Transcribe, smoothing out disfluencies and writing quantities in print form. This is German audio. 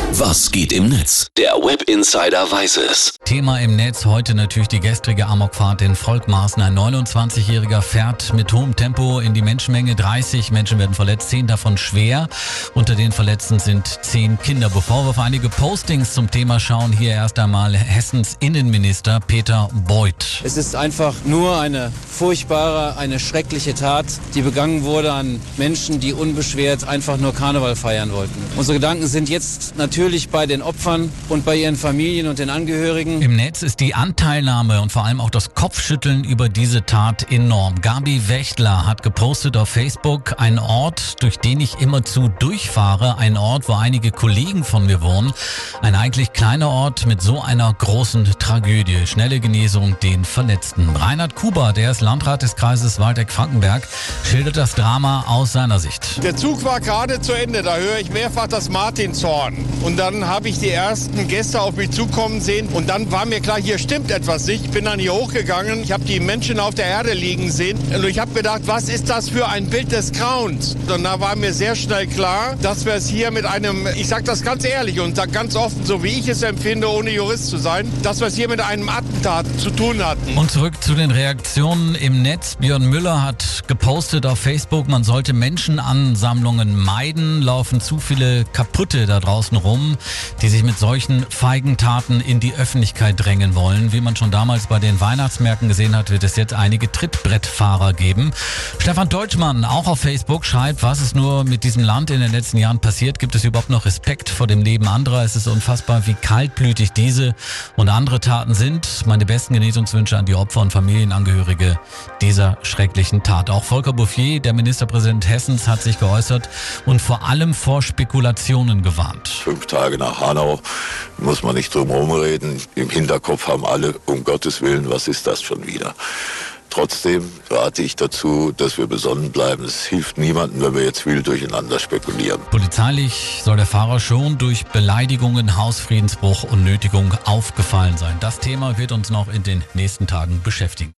Was geht im Netz? Der Web Insider weiß es. Thema im Netz heute natürlich die gestrige Amokfahrt in Volkmarsen. Ein 29-Jähriger fährt mit hohem Tempo in die Menschenmenge. 30 Menschen werden verletzt, 10 davon schwer. Unter den Verletzten sind 10 Kinder. Bevor wir auf einige Postings zum Thema schauen, hier erst einmal Hessens Innenminister Peter Beuth. Es ist einfach nur eine furchtbare, eine schreckliche Tat, die begangen wurde an Menschen, die unbeschwert einfach nur Karneval feiern wollten. Unsere Gedanken sind jetzt natürlich bei den Opfern und bei ihren Familien und den Angehörigen. Im Netz ist die Anteilnahme und vor allem auch das Kopfschütteln über diese Tat enorm. Gabi Wächtler hat gepostet auf Facebook: ein Ort, durch den ich immerzu durchfahre, ein Ort, wo einige Kollegen von mir wohnen. Ein eigentlich kleiner Ort mit so einer großen Tragödie. Schnelle Genesung den Verletzten. Reinhard Kuber, der ist Landrat des Kreises Waldeck-Frankenberg, schildert das Drama aus seiner Sicht. Der Zug war gerade zu Ende, da höre ich mehrfach das Martinshorn. Und dann habe ich die ersten Gäste auf mich zukommen sehen und dann war mir klar, hier stimmt etwas nicht. Ich bin dann hier hochgegangen, ich habe die Menschen auf der Erde liegen sehen und ich habe gedacht, was ist das für ein Bild des Grauens? Und da war mir sehr schnell klar, dass wir es hier mit einem, ich sage das ganz ehrlich und ganz offen, so wie ich es empfinde, ohne Jurist zu sein, dass wir es hier mit einem Attentat zu tun hatten. Und zurück zu den Reaktionen im Netz. Björn Müller hat gepostet auf Facebook, man sollte Menschenansammlungen meiden, laufen zu viele Kaputte da draußen rum, die sich mit solchen feigen Taten in die Öffentlichkeit drängen wollen. Wie man schon damals bei den Weihnachtsmärkten gesehen hat, wird es jetzt einige Trittbrettfahrer geben. Stefan Deutschmann, auch auf Facebook, schreibt, was ist nur mit diesem Land in den letzten Jahren passiert? Gibt es überhaupt noch Respekt vor dem Leben anderer? Es ist unfassbar, wie kaltblütig diese und andere Taten sind. Meine besten Genesungswünsche an die Opfer und Familienangehörige dieser schrecklichen Tat. Auch Volker Bouffier, der Ministerpräsident Hessens, hat sich geäußert und vor allem vor Spekulationen gewarnt. 5 Tage nach Hanau muss man nicht drum herum reden. Im Hinterkopf haben alle, um Gottes Willen, was ist das schon wieder? Trotzdem rate ich dazu, dass wir besonnen bleiben. Es hilft niemandem, wenn wir jetzt wild durcheinander spekulieren. Polizeilich soll der Fahrer schon durch Beleidigungen, Hausfriedensbruch und Nötigung aufgefallen sein. Das Thema wird uns noch in den nächsten Tagen beschäftigen.